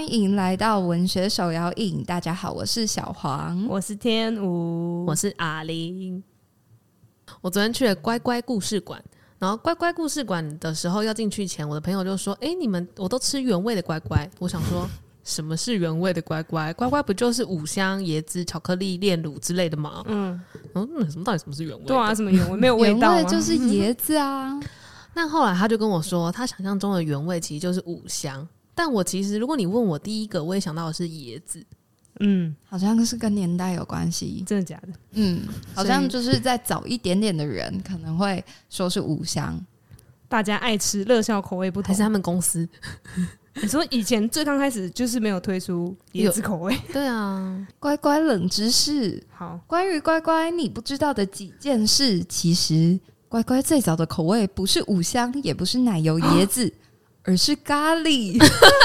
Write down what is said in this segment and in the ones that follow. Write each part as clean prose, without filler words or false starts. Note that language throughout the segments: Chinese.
欢迎来到文学手摇饮。大家好，我是小黄， 我是天武， 我是阿玲。我昨天去了乖乖故事馆，然后乖乖故事馆的时候要进去前，我的朋友就说：“你们我都吃原味的乖乖。”我想说，什么是原味的乖乖？乖乖不就是五香、椰子、巧克力、炼乳之类的吗？到底什么是原味的？ 对啊，什么原味？没有味道吗？ 原味就是椰子啊。 那后来他就跟我说，他想象中的原味其实就是五香。但我其实，如果你问我第一个，我也想到的是椰子。 好像是跟年代有关系。 真的假的？ 好像就是在早一点点的人可能会说是五香。 大家爱吃乐效口味不同， 还是他们公司？ 你说以前最刚开始就是没有推出椰子口味。 对啊， 乖乖冷知识， 好， 关于乖乖你不知道的几件事，其实乖乖最早的口味不是五香，也不是奶油椰子，而是咖喱。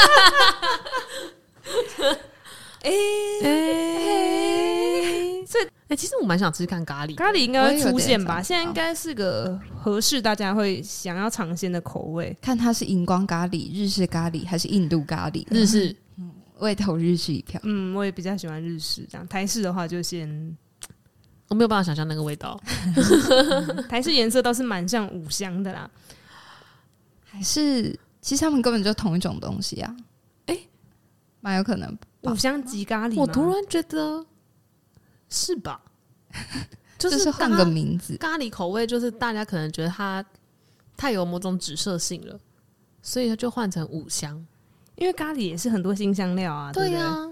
其实我蛮想吃看咖喱， 咖喱应该会出现吧？现在应该是个合适大家会想要尝鲜的口味。 看它是荧光咖喱、日式咖喱还是印度咖喱？ 日式， 我也投日式一票。 我也比较喜欢日式，这样台式的话就我没有办法想象那个味道。 台式颜色倒是蛮像五香的啦， 还是其实他们根本就同一种东西啊？蛮有可能五香及咖喱吗。 我突然觉得是吧？ 就是换个名字。 咖喱口味就是大家可能觉得它太有某种指涉性了，所以就换成五香。 因为咖喱也是很多辛香料啊，对啊。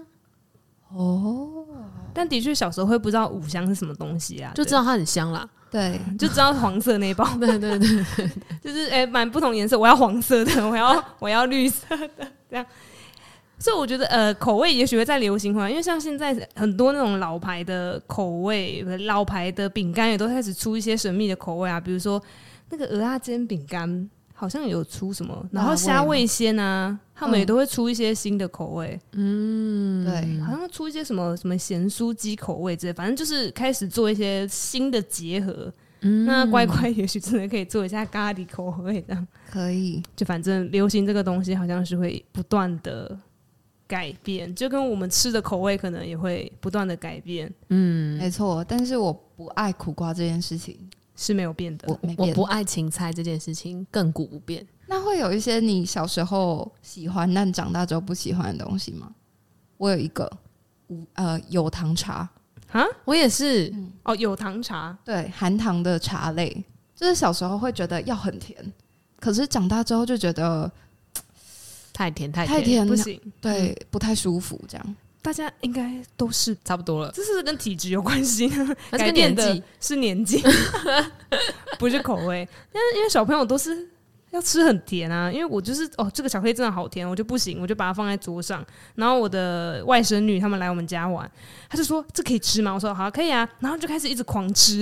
但的确小时候会不知道五香是什么东西啊， 就知道它很香啦。 对， 就知道黄色那一包。 对， 就是蛮不同颜色，我要黄色的，我要绿色的，这样。所以我觉得口味也许会再流行回来，因为像现在很多那种老牌的口味、老牌的饼干也都开始出一些神秘的口味啊，比如说那个蚵仔煎饼干好像有出什么，然后虾味鲜啊，他们也都会出一些新的口味。 对， 好像出一些什么咸酥鸡口味之类，反正就是开始做一些新的结合。那乖乖也许真的可以做一下咖喱口味，这样可以。 就反正流行这个东西好像是会不断的改变，就跟我们吃的口味可能也会不断的改变。 没错。但是我不爱苦瓜这件事情是没有变的。 我不爱芹菜这件事情亘古不变。 那会有一些你小时候喜欢但长大之后不喜欢的东西吗？我有一个有糖茶啊， 我也是。 有糖茶， 对，含糖的茶类，就是小时候会觉得要很甜，可是长大之后就觉得太甜不行， 对，不太舒服，这样。 大家应该都是差不多了， 这是跟体质有关系， 改变的是年纪，不是口味。但是因为小朋友都是要吃很甜啊，因为我就是这个巧克力真的好甜，我就不行，我就把它放在桌上。然后我的外甥女他们来我们家玩，他就说这可以吃吗？我说好，可以啊。然后就开始一直狂吃。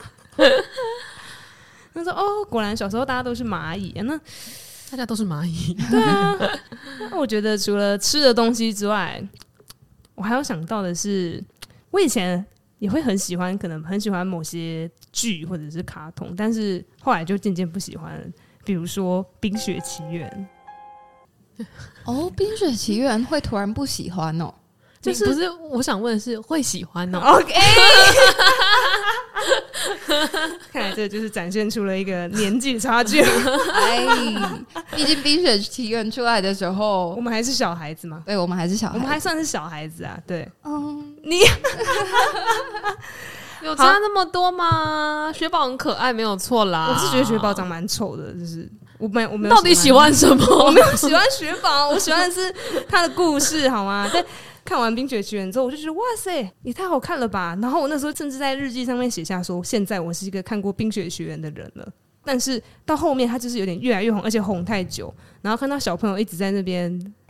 他说果然小时候大家都是蚂蚁，那大家都是蚂蚁。 对啊。那我觉得除了吃的东西之外，我还有想到的是，我以前也会很喜欢，可能很喜欢某些剧或者是卡通，但是后来就渐渐不喜欢了。比如说《冰雪奇缘》。 《冰雪奇缘》会突然不喜欢哦？ 就是不是？我想问的是，会喜欢哦 ？OK。看来这就是展现出了一个年纪的差距。 毕竟《冰雪奇缘》出来的时候， 我们还是小孩子嘛。 对，我们还是小孩子， 我们还算是小孩子啊。对，你有差那么多吗？雪宝很可爱，没有错啦。 我是觉得雪宝长蛮丑的，就是我没有到底喜欢什么？ 我没有喜欢雪宝，我喜欢的是他的故事，好吗？但看完《冰雪奇缘》之后，我就觉得哇塞，也太好看了吧！然后我那时候甚至在日记上面写下说，现在我是一个看过《冰雪奇缘》的人了。但是到后面，他就是有点越来越红，而且红太久，然后看到小朋友一直在那边，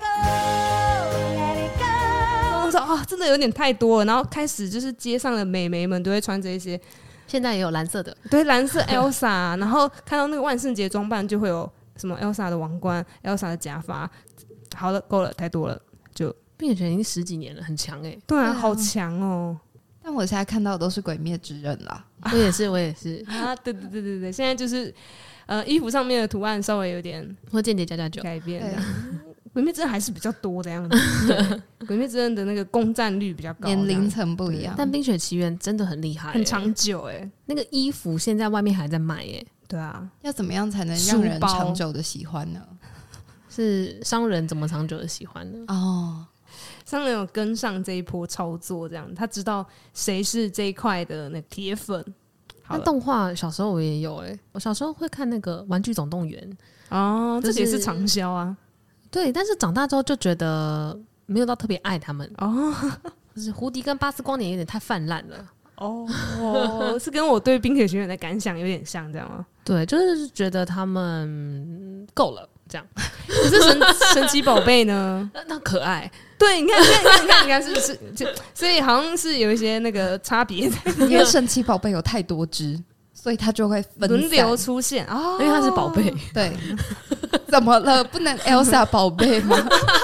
我说真的有点太多了。然后开始就是街上的美眉们都会穿着一些， 现在也有蓝色的， 对，蓝色 Elsa， 然后看到那个万圣节装扮就会有什么 Elsa 的王冠、Elsa 的假发。好了，够了，太多了，就。 并且已经10几年了，很强欸。 对啊，好强哦！ 但我现在看到的都是《鬼灭之刃》啦。 我也是啊，对，现在就是衣服上面的图案稍微有点或间谍加9 改变。 鬼灭之刃还是比较多的样子，对，鬼灭之刃的那个攻占率比较高， 年龄层不一样。 但冰雪奇缘真的很厉害、 很长久那个衣服现在外面还在卖对啊， 要怎么样才能让人书包长久的喜欢呢？ 是商人怎么长久的喜欢呢？ 哦， 商人有跟上这一波操作，这样他知道谁是这一块的那铁粉。 那动画小时候我也有我小时候会看那个《玩具总动员》 哦， 就是这也是畅销啊。 对，但是长大之后就觉得没有到特别爱他们哦， 就是胡迪跟巴斯光年有点太泛滥了。 哦，是跟我对冰雪奇缘的感想有点像，这样吗？ 对，就是觉得他们够了这样。 可是神奇宝贝呢？ 那可爱， 对，你看，是不是？所以好像是有一些那个差别， 因为神奇宝贝有太多只，所以它就会分散轮流出现哦。 因为它是宝贝。 对，怎么了？不能 Elsa 宝贝吗？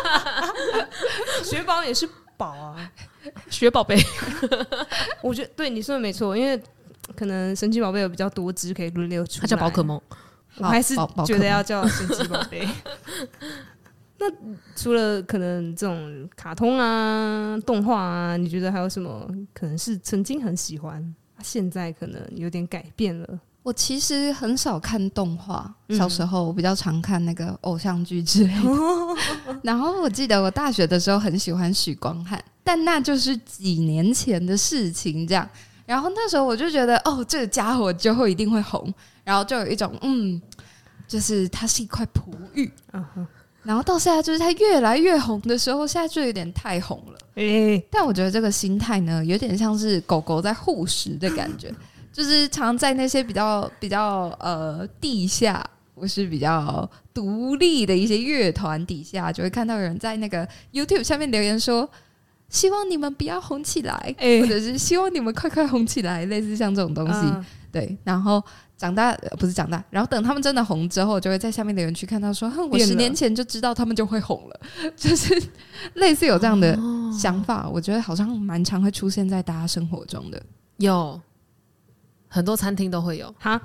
雪宝也是宝啊， 雪宝贝。 我觉得对你说的没错，因为可能神奇宝贝有比较多只可以轮流出来， 它叫宝可梦。 我还是觉得要叫神奇宝贝。那除了可能这种卡通啊、动画啊，你觉得还有什么可能是曾经很喜欢，现在可能有点改变了？ 我其实很少看动画，小时候我比较常看那个偶像剧之类的。然后我记得我大学的时候很喜欢许光汉，但那就是几年前的事情，这样。然后那时候我就觉得，哦，这个家伙之后一定会红，然后就有一种就是他是一块璞玉。然后到现在就是他越来越红的时候，现在就有点太红了。但我觉得这个心态呢，有点像是狗狗在护食的感觉。就是常在那些比较地下或是比较独立的一些乐团底下，就会看到有人在那个 YouTube 下面留言说希望你们不要红起来，或者是希望你们快快红起来，类似像这种东西。对，然后不是长大，然后等他们真的红之后，就会在下面留言区看到说我10年前就知道他们就会红了，就是类似有这样的想法。我觉得好像蛮常会出现在大家生活中的。 有很多餐厅都会有哈，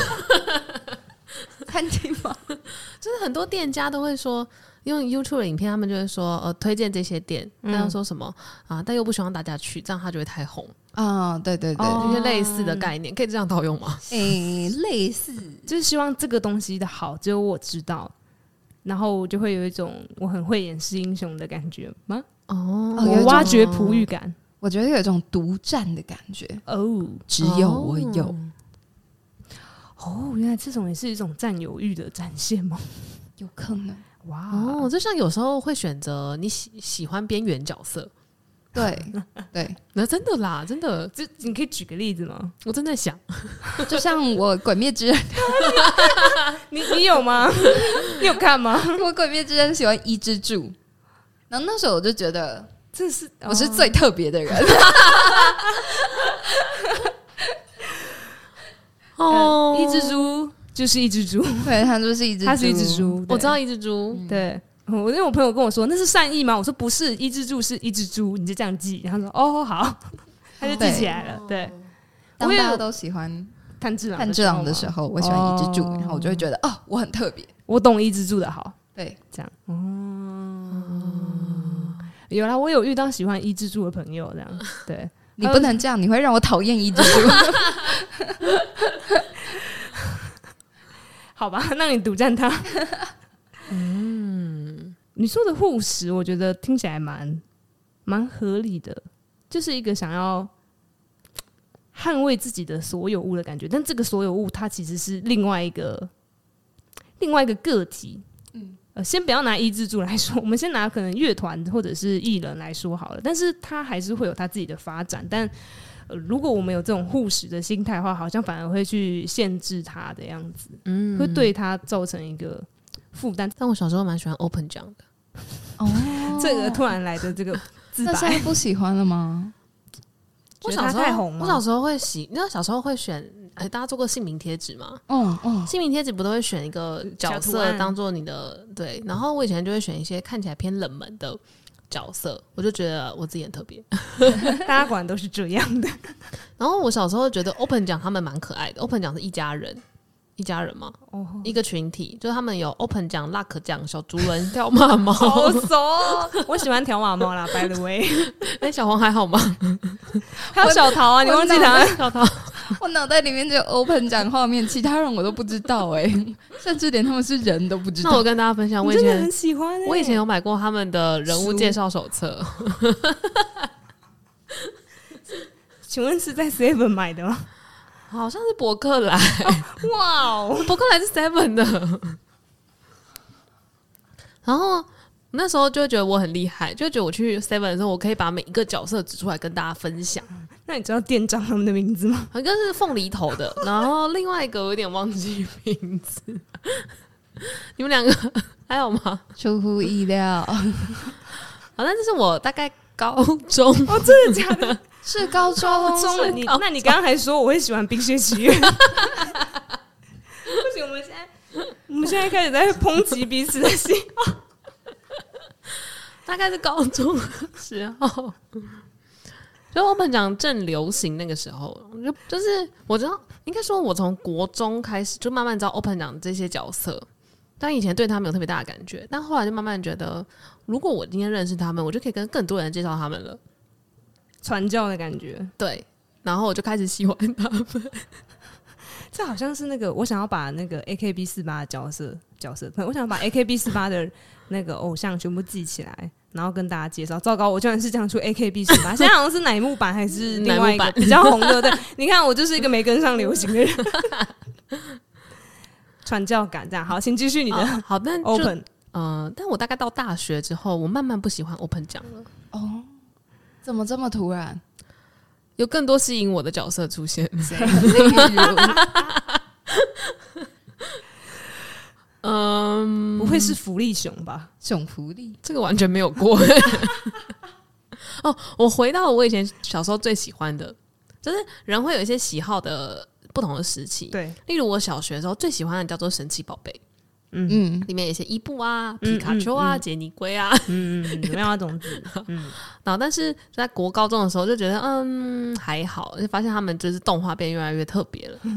餐厅吗？ 就是很多店家都会说，用 YouTube 的影片，他们就会说推荐这些店，但要说什么但又不希望大家去，这样他就会太红啊。对对对， 一些类似的概念，可以这样套用吗？ 类似就是希望这个东西的好只有我知道，然后就会有一种我很会演示英雄的感觉吗？我挖掘璞玉感。 我觉得有一种独占的感觉只有我有。 原来这种也是一种占有欲的展现吗？ 有可能。 哇就像有时候会选择你喜欢边缘角色。 对对， 那真的啦，真的。 这你可以举个例子吗？ 我正在想， 就像我《鬼灭之刃》 你有吗？你有看吗？ 我《鬼灭之刃》喜欢伊之助，然后那时候我就觉得这是我是最特别的人。 一只猪就是一只猪， 对，他就是一只猪， 他是一只猪， 我知道一只猪， 对。因为我朋友跟我说那是善意吗？我说不是，一只猪是一只猪，你就这样记。然后说哦好，他就记起来了。对， 当大家都喜欢炭治郎的时候，我喜欢一只猪，然后我就会觉得我很特别， 我懂一只猪的好。 对， 这样有啦，我有遇到喜欢一只猪的朋友，这样对。 你不能这样，你会让我讨厌一只猪。 好吧，那你独占他。你说的护食，我觉得听起来蛮合理的，就是一个想要捍卫自己的所有物的感觉。但这个所有物，它其实是另外一个个体。先不要拿一之助来说，我们先拿可能乐团或者是艺人来说好了。但是他还是会有他自己的发展。但如果我们有这种护食的心态的话，好像反而会去限制他的样子，会对他造成一个负担。 但我小时候蛮喜欢 Open 奖的。 这个突然来的这个自白， 那现在不喜欢了吗？ 我小时候太红吗？ 我小时候会你知道小时候会选，大家做过姓名贴纸吗？姓名贴纸不都会选一个角色当做你的对，然后我以前就会选一些看起来偏冷门的角色，我就觉得我自己很特别。 大家果然都是这样的。 然后我小时候觉得 Open 奖他们蛮可爱的，Open 奖是一家人， 一家人嘛， 哦， 一个群体，就是他们有 open 奖、luck 奖、小竹轮、跳马猫。 好熟哦，我喜欢条码猫啦 ，by the way。 小黄还好吗？ 还有小桃啊，你忘记他？ 小桃， 我脑袋里面只有 open 讲画面，其他人我都不知道甚至连他们是人都不知道。 那我跟大家分享，我以前真的很喜欢我以前有买过他们的人物介绍手册。 请问是在 Seven 买的吗？ 好像是博客来， 哇哦， 博客来是 Seven 的。然后那时候就会觉得我很厉害，就觉得我去 Seven 的时候，我可以把每一个角色指出来跟大家分享。 那你知道店长他们的名字吗？ 一个是凤梨头的，然后另外一个我有点忘记名字。你们两个还好吗？ 出乎意料。 好，但这是我大概高中哦，真的假的？ 是高中中了那你刚刚还说我会喜欢《冰雪奇缘》，不行，我们现在开始在抨击彼此的心。 大概是高中的时候，就我们讲正流行那个时候，就是我知道，应该说我从国中开始就慢慢知道 Open 讲这些角色，但以前对他们有特别大的感觉，但后来就慢慢觉得，如果我今天认识他们，我就可以跟更多人介绍他们了。 传教的感觉， 对，然后我就开始喜欢他们。 这好像是那个我想要把那个 AKB48 的角色，我想把 AKB48 的那个偶像全部记起来，然后跟大家介绍。糟糕，我居然是讲出 AKB48，现在好像是乃木坂还是另外一个比较红的？对，你看我就是一个没跟上流行的人，传教感这样。好，请继续你的好，但 Open。 但我大概到大学之后，我慢慢不喜欢 Open 讲了。 哦，怎么这么突然？ 有更多吸引我的角色出现， 例如， 不会是福利熊吧？ 熊福利这个完全没有过。哦，我回到我以前小时候最喜欢的，就是人会有一些喜好的不同的时期。 对， 例如我小学的时候最喜欢的叫做神奇宝贝，里面有一些伊布啊、皮卡丘啊、杰尼龟啊， 怎么样啊？种子， 然后但是在国高中的时候就觉得还好，就发现他们就是动画变越来越特别了。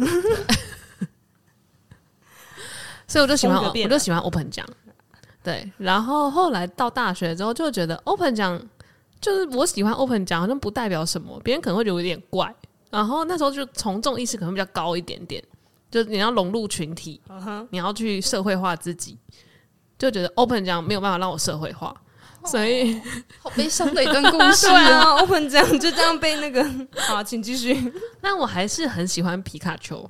所以我就喜欢 Open 奖，对。然后后来到大学之后，就觉得 Open 奖就是我喜欢 Open 奖，好像不代表什么，别人可能会觉得有点怪。然后那时候就从众意识可能比较高一点点，就是你要融入群体，你要去社会化自己，就觉得 Open 奖没有办法让我社会化，所以好悲伤的一段故事。 对啊，Open 奖就这样被那个好，请继续。 但我还是很喜欢皮卡丘。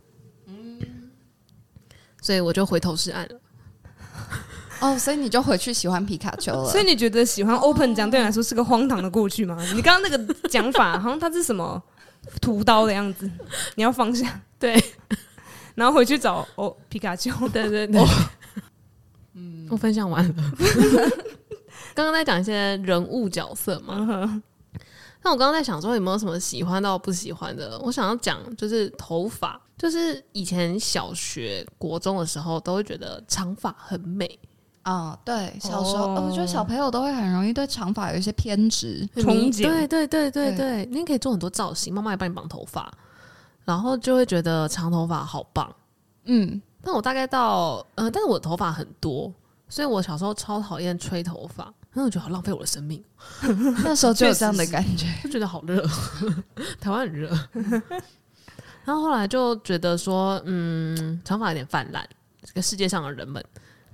所以我就回头是岸了。 哦，所以你就回去喜欢皮卡丘了。 所以你觉得喜欢 Open 奖对你来说是个荒唐的过去吗？你刚刚那个讲法好像它是什么屠刀的样子，你要放下， 对， 然后回去找皮卡丘。 对对对，我分享完了。刚刚在讲一些人物角色嘛，那我刚刚在想说有没有什么喜欢到不喜欢的？我想要讲就是头发，就是以前小学、国中的时候都会觉得长发很美。 对，小时候我觉得小朋友都会很容易对长发有一些偏执、 憧憬。 对对对对对，你可以做很多造型，妈妈也帮你绑头发，然后就会觉得长头发好棒。但我大概到但是我头发很多，所以我小时候超讨厌吹头发，因为我觉得好浪费我的生命。 那时候就有这样的感觉， 就觉得好热，台湾很热。然后后来就觉得说，长发有点泛滥，这个世界上的人们。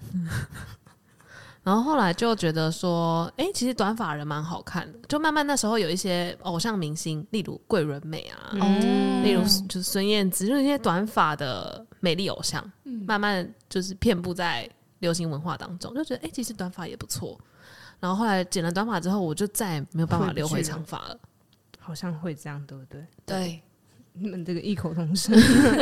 然后后来就觉得说，其实短发人蛮好看的。就慢慢那时候有一些偶像明星，例如桂纶镁啊，例如就是孙燕姿，就是一些短发的美丽偶像，慢慢就是遍布在流行文化当中，就觉得其实短发也不错。然后后来剪了短发之后，我就再也没有办法留回长发了。 好像会这样，对不对？ 对， 你们这个异口同声。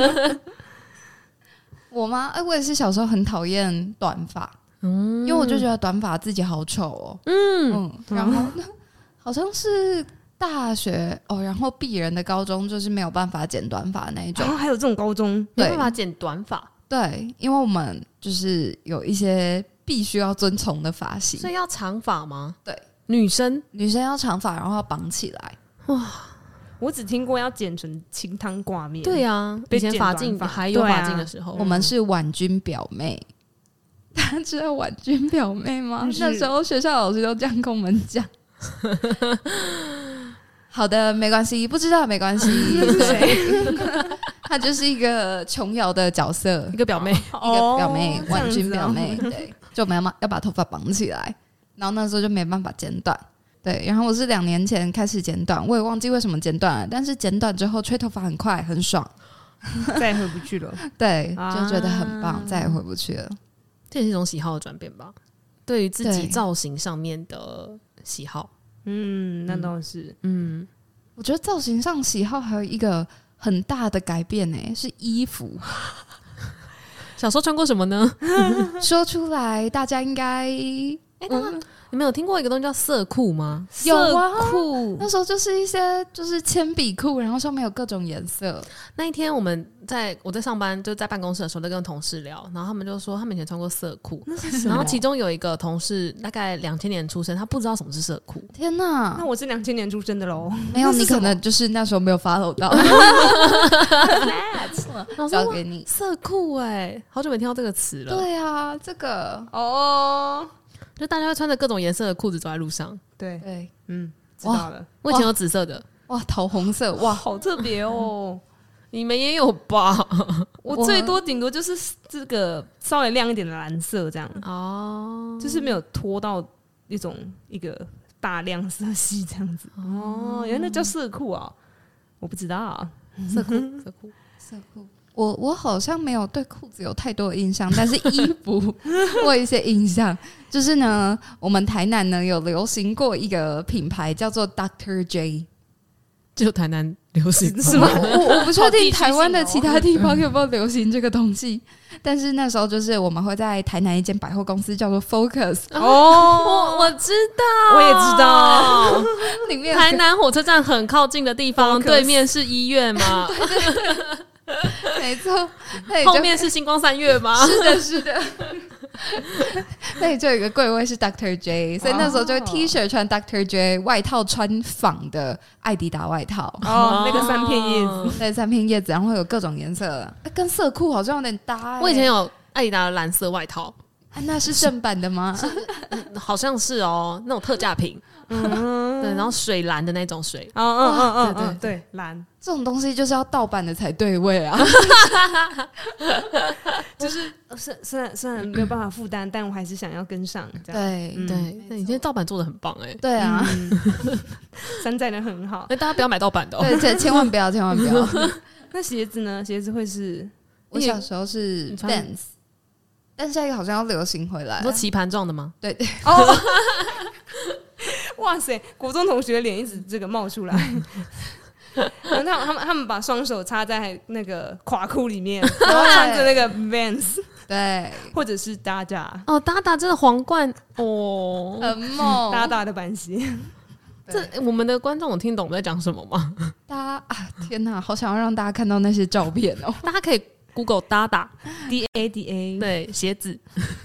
我吗？我也是小时候很讨厌短发，因为我就觉得短发自己好丑哦。然后好像是大学然后鄙人的高中就是没有办法剪短发那一种。 还有这种高中没办法剪短发？ 对，因为我们就是有一些必须要遵从的发型。 所以要长发吗？ 对， 女生要长发，然后要绑起来。 哇！ 我只听过要剪成清汤挂面。 对啊，以前发镜还有发镜的时候， 我们是婉君表妹。大家知道婉君表妹吗？那时候学校老师都这样跟我们讲。好的，没关系，不知道没关系。她就是一个琼瑶的角色， 一个表妹， 一个表妹，婉君表妹。 哦对，就我们要把头发绑起来，然后那时候就没办法剪短。对，然后我是2年前开始剪短，我也忘记为什么剪短了，但是剪短之后吹头发很快，很爽， 再也回不去了。 对，就觉得很棒，再也回不去了。 这也是一种喜好的转变吧，对于自己造型上面的喜好。 那倒是。 我觉得造型上喜好还有一个很大的改变是衣服。 小时候穿过什么呢？ 说出来大家应该你们有听过一个东西叫色裤吗？ 有啊， 色裤那时候就是一些就是铅笔裤，然后上面有各种颜色。 那一天我在上班，就在办公室的时候，在跟同事聊，然后他们就说他们以前穿过色裤，然后其中有一个同事大概2000年出生，他不知道什么是色裤。 天哪！ 那我是2000年出生的喽。 没有，你可能就是那时候没有 follow 到。交给你色裤好久没听到这个词了。 对啊，这个就大家会穿着各种颜色的裤子走在路上。 对， 对， 知道了。 我以前有紫色的， 哇，桃红色，哇， 好特别哦。 你们也有吧？ 我最多顶多就是这个稍微亮一点的蓝色这样，就是没有拖到一个大亮色系这样子。原来那叫色裤啊，我不知道。 色裤。 我好像没有对裤子有太多的印象，但是衣服我有一些印象。就是呢，我们台南呢有流行过一个品牌叫做 Dr. J， 就台南流行是吗？ 我不确定台湾的其他地方有没有流行这个东西，但是那时候就是我们会在台南一间百货公司叫做 Focus， 我知道， 我也知道， 里面台南火车站很靠近的地方， Focus 对面是医院嘛， 没错， 后面是星光三月吗？ 是的，是的。那里就有一个柜位是 Dr. J， 所以那时候就会 T 恤穿 Dr. J， 外套穿仿的艾迪达外套。 那个3片叶子， 对，3片叶子，然后有各种颜色，跟色裤好像有点搭。 我以前有艾迪达的蓝色外套， 那是正版的吗？ 好像是那种特价品。对，然后水蓝的那种水。 对，蓝这种东西就是要盗版的才对味啊。 就是虽然没有办法负担，但我还是想要跟上。这样对， 那你今天盗版做的很棒对啊， 山寨的很好。 大家不要买盗版的对，千万不要，千万不要。 那鞋子呢？鞋子会是我小时候是 Vans， 但现在好像要流行回来。 你说棋盘状的吗？ 对。 哇塞！国中同学脸一直这个冒出来，然后他们把双手插在那个垮裤里面，然后穿着那个 Vans， 对， 或者是 Dada。 Dada 真的皇冠很猛 ，Dada 的版型。 这我们的观众有听懂我们在讲什么吗？ 天哪，好想要让大家看到那些照片哦！ 大家可以 Google Dada DADA， 对，鞋子。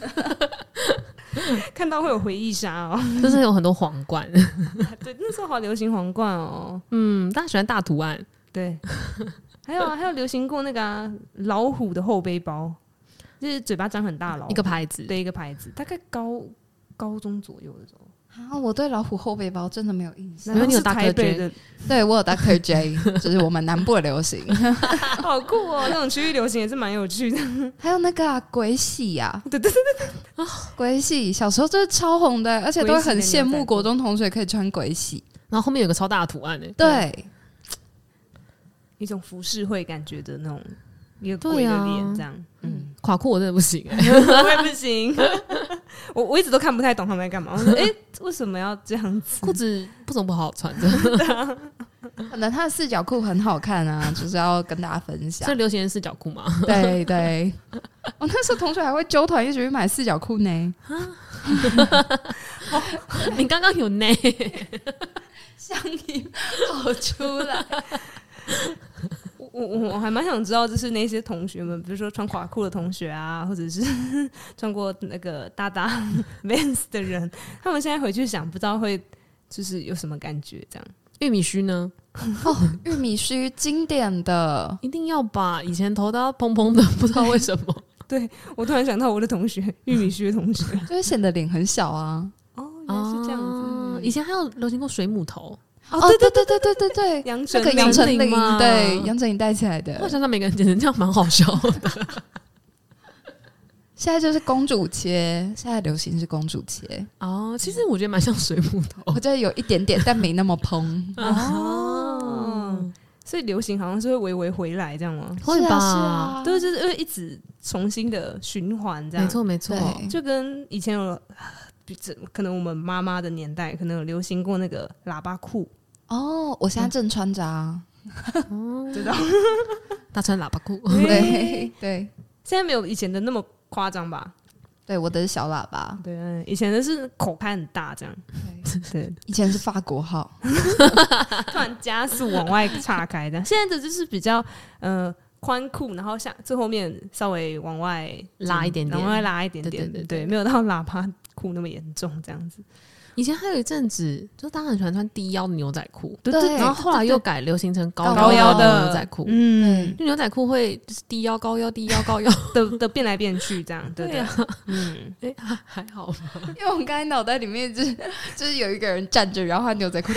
看到会有回忆杀就是有很多皇冠。 对，那时候好流行皇冠哦。 大家喜欢大图案。 对，还有流行过那个老虎的后背包，就是嘴巴长很大的老虎， 一个牌子， 对，一个牌子，大概高中左右的时候。 我对老虎后背包真的没有印象， 因为你有台北的， 对我有 Dr. J， 就是我们南部的流行， 好酷哦！那种区域流行也是蛮有趣的。 还有那个鬼洗呀， 对， 鬼洗小时候就是超红的，而且都会很羡慕国中同学可以穿鬼洗， 然后后面有个超大的图案对， 一种浮世绘感觉的那种一个鬼的脸这样。 垮裤我真的不行我也不行。我一直都看不太懂他们在干嘛。我说为什么要这样子？ 裤子为什么不好好穿？真的， 可能他的四角裤很好看啊，就是要跟大家分享。 所以流行的四角裤嘛。 对，我那时候同学还会揪团一起去买四角裤呢。 你刚刚有呢， 乡音跑出来。 我还蛮想知道，就是那些同学们，比如说穿垮裤的同学啊，或者是穿过那个Dada Vans 的人，他们现在回去想，不知道会就是有什么感觉。这样， 玉米须呢？ 玉米须经典的， 一定要吧？以前头都要蓬蓬的，不知道为什么。 对，我突然想到我的同学，玉米须的同学。 就会显得脸很小啊。 哦，原来是这样子。 以前还有流行过水母头， 对， 杨这个丞琳杨丞琳吗对杨丞琳戴起来的。 我想想每个人剪成这样蛮好笑的。 现在就是公主切，现在流行是公主切。 哦，其实我觉得蛮像水母头。 我觉得有一点点，但没那么蓬。 哦，所以流行好像是会微微回来这样吗？ 会吧？ 是啊， 对，就是会一直重新的循环这样。 没错没错， 对就跟以前有可能我们妈妈的年代可能有流行过那个喇叭裤。 哦，我现在正穿着啊。 知道？ 他穿喇叭裤。 对对现在没有以前的那么夸张吧？ 对，我的是小喇叭。 对，以前的是口开很大这样。对， 以前是法国号。 突然加速往外岔开这样。现在的就是比较宽裤，然后最后面稍微往外拉一点点， 往外拉一点点，对，没有到喇叭裤那么严重这样子。 以前还有一阵子，就大家很喜欢穿低腰的牛仔裤， 对， 然后后来又改流行成高腰的牛仔裤，就牛仔裤会就是低腰高腰低腰高腰的变来变去这样，对对， 还好吧？ 因为我刚才脑袋里面就是有一个人站着，然后他牛仔裤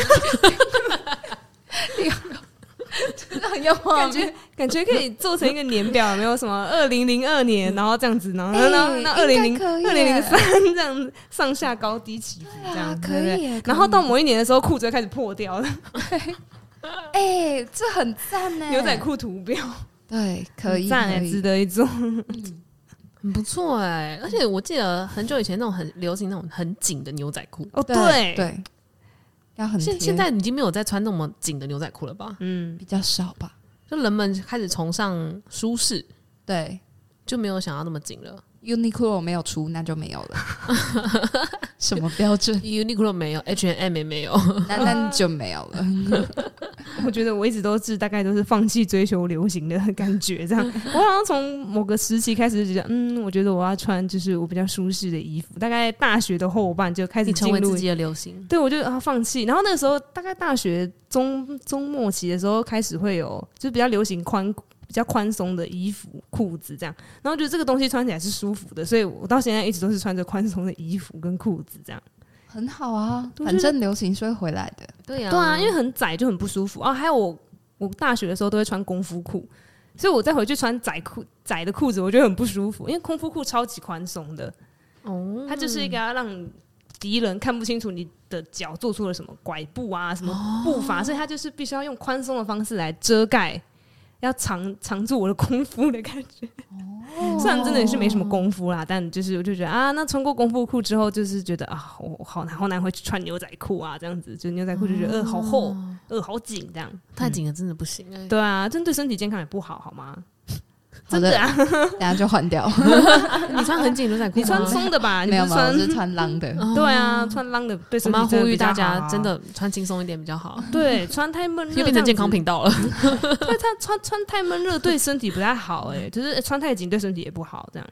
感觉可以做成一个年表，有没有什么2002年，然后这样子，然后那2003这样子上下高低起伏这样， 可以。 然后到某一年的时候，裤子就开始破掉了。 哎，这很赞呢， 牛仔裤图标， 对，可以， 赞哎，值得一做， 很不错哎。而且我记得很久以前那种很流行那种很紧的牛仔裤， 哦，对对，要很贴。 现在已经没有在穿那么紧的牛仔裤了吧？ 比较少吧。 就人们开始崇尚舒适， 对， 就没有想要那么紧了。 Uniqlo 没有出，那就没有了。什么标准 ？Uniqlo 没有 ，H&M 也没有， 那就没有了。 我觉得我一直大概都是放弃追求流行的感觉，这样。我好像从某个时期开始就觉得，我觉得我要穿就是我比较舒适的衣服。大概大学的后半就开始成为自己的流行。 对，我就放弃。然后那个时候大概大学中末期的时候开始会有，就是比较流行比较宽松的衣服、裤子这样，然后觉得这个东西穿起来是舒服的，所以我到现在一直都是穿着宽松的衣服跟裤子这样。 很好啊，反正流行是会回来的。 对啊， 对啊，因为很窄就很不舒服啊。还有我大学的时候都会穿功夫裤，所以我再回去穿窄的裤子，我觉得很不舒服，因为功夫裤超级宽松的，它就是一个要让敌人看不清楚你的脚做出了什么拐步啊、什么步伐，所以它就是必须要用宽松的方式来遮盖。要藏住我的功夫的感觉，虽然真的也是没什么功夫啦，但就是我就觉得那穿过功夫裤之后，就是觉得我好难会去穿牛仔裤啊，这样子，就牛仔裤就觉得好厚，好紧，这样太紧了真的不行哎。 对啊，真对身体健康也不好，好吗？真的啊， 等下就换掉。 你穿很紧牛仔裤， 你穿松的吧？ 没有吗？我是穿浪的。 对啊，穿浪的对身体我们要呼吁大家， 真真的穿轻松一点比较好。 对，穿太闷热， 又变成健康频道了。 对，他穿太闷热对身体不太好，就是穿太紧对身体也不好，这样。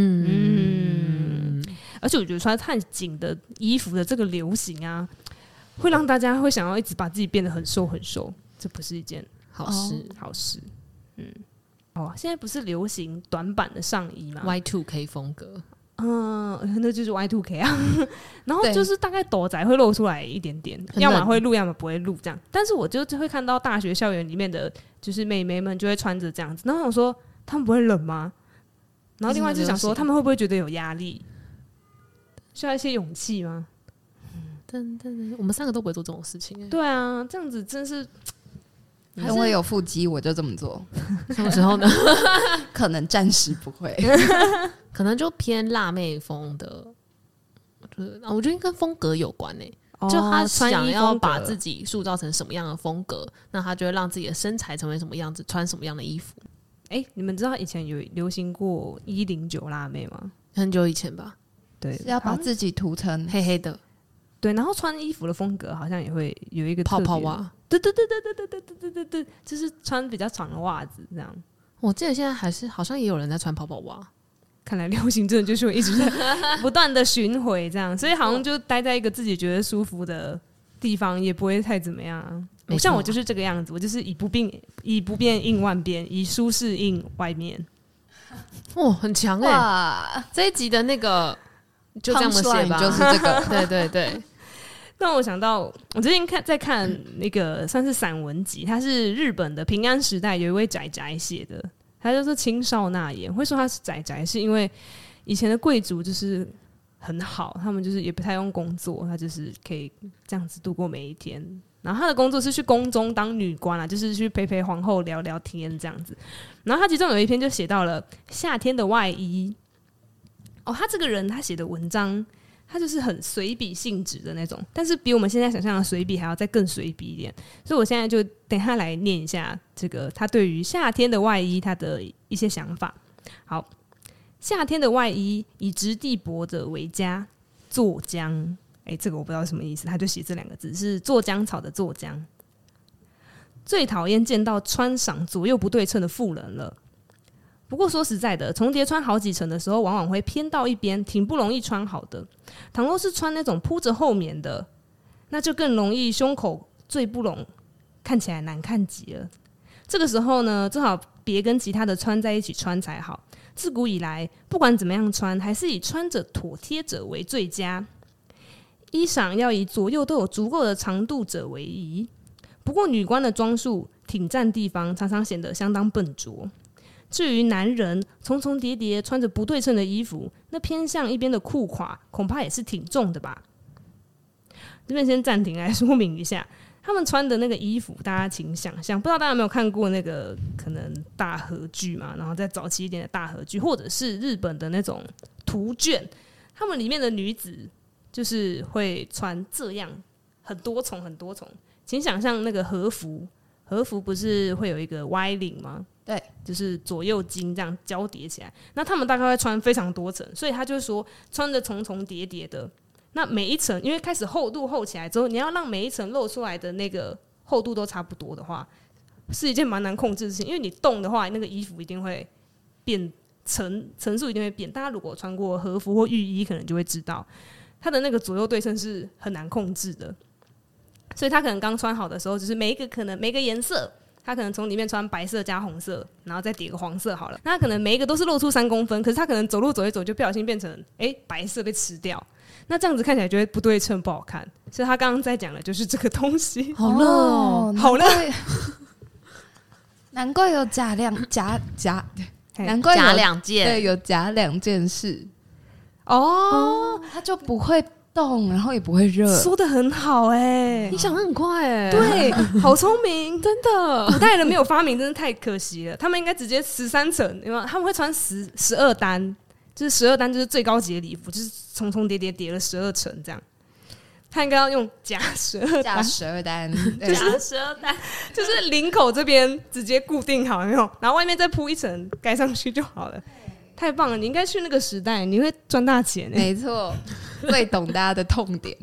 而且我觉得穿太紧的衣服的这个流行啊，会让大家会想要一直把自己变得很瘦很瘦，这不是一件好事。 好事，现在不是流行短版的上衣吗 ？Y2K 风格， 那就是 Y2K 啊。然后就是大概斗仔会露出来一点点，要么会露，要么不会露这样。但是我就会看到大学校园里面的，就是妹妹们就会穿着这样子。然后我想说，他们不会冷吗？然后另外就想说，他们会不会觉得有压力？需要一些勇气吗？ 我们3个都不会做这种事情。 对啊，这样子真是。 等我有腹肌，我就这么做。 什么时候呢？ 可能暂时不会， 可能就偏辣妹风的。我觉得跟风格有关就他想要把自己塑造成什么样的风格，那他就会让自己的身材成为什么样子，穿什么样的衣服。 你们知道以前有流行过109辣妹吗？ 很久以前吧。 对， 是要把自己涂成黑黑的。 对，然后穿衣服的风格好像也会有一个泡泡袜。 对，就是穿比较长的袜子这样。 我记得现在好像也有人在穿泡泡袜。 看来流行真的就是会一直在不断的巡回这样，所以好像就待在一个自己觉得舒服的地方，也不会太怎么样。 像我就是这个样子，我就是以不变应万变，以舒适应外面。 哇，很强哇！这一集的那个就这样写吧， 就是这个。 对对对。 让我想到，我最近在看那个算是散文集，它是日本的平安时代有一位宅宅写的，他就是青少纳言。会说他是宅宅，是因为以前的贵族就是很好，他们就是也不太用工作，他就是可以这样子度过每一天。然后他的工作是去宫中当女官啦，就是去陪陪皇后聊聊天这样子。然后他其中有一篇就写到了夏天的外衣。哦，他这个人他写的文章，他就是很随笔性质的那种，但是比我们现在想象的随笔还要再更随笔一点。所以我现在就等一下来念一下这个他对于夏天的外衣他的一些想法。好，夏天的外衣以质地薄的为佳，坐江。这个我不知道什么意思，他就写这2个字，是做江草的做江。最讨厌见到穿赏左右不对称的妇人了。不过说实在的，重叠穿好几层的时候，往往会偏到一边，挺不容易穿好的。倘若是穿那种铺着厚棉的，那就更容易胸口最不拢，看起来难看极了。这个时候呢，最好别跟其他的穿在一起穿才好。自古以来，不管怎么样穿，还是以穿着妥帖者为最佳。衣裳要以左右都有足够的长度者为宜。不过女官的装束挺占地方，常常显得相当笨拙。至于男人重重叠叠穿着不对称的衣服，那偏向一边的裤胯恐怕也是挺重的吧。这边先暂停来说明一下，他们穿的那个衣服，大家请想象，不知道大家有没有看过那个可能大河剧嘛，然后再早期一点的大河剧，或者是日本的那种图卷，他们里面的女子就是会穿这样很多重很多重。请想象那个和服，和服不是会有一个 Y 领吗？ 对， 就是左右襟这样交叠起来。那他们大概会穿非常多层，所以他就说穿着重重叠叠的。那每一层因为开始厚度厚起来之后，你要让每一层露出来的那个厚度都差不多的话，是一件蛮难控制的事情。因为你动的话，那个衣服一定会变层数一定会变。大家如果穿过和服或浴衣，可能就会知道。它的那个左右对称是很难控制的，所以他可能刚穿好的时候，就是每个颜色，他可能从里面穿白色加红色，然后再叠个黄色好了。那他可能每一个都是露出3公分，可是他可能走路走一走就不小心变成白色被吃掉，那这样子看起来就会不对称不好看。所以他刚刚在讲的就是这个东西。 好热哦， 好热， 难怪有夹难怪夹2件， 对，有夹2件事。它就不会动，然后也不会热。 说得很好你想得很快对，好聪明， 真的。 古代人没有发明，真的太可惜了。他们应该直接13层，因为他们会穿12单，就是12单就是最高级的礼服，就是重重叠叠叠了12层这样。他应该要用夹12 单， 夹12单，就是领口这边直接固定好，有没有？然后外面再铺一层盖上去就好了。太棒了！你应该去那个时代，你会赚大钱。 没错，最懂大家的痛点。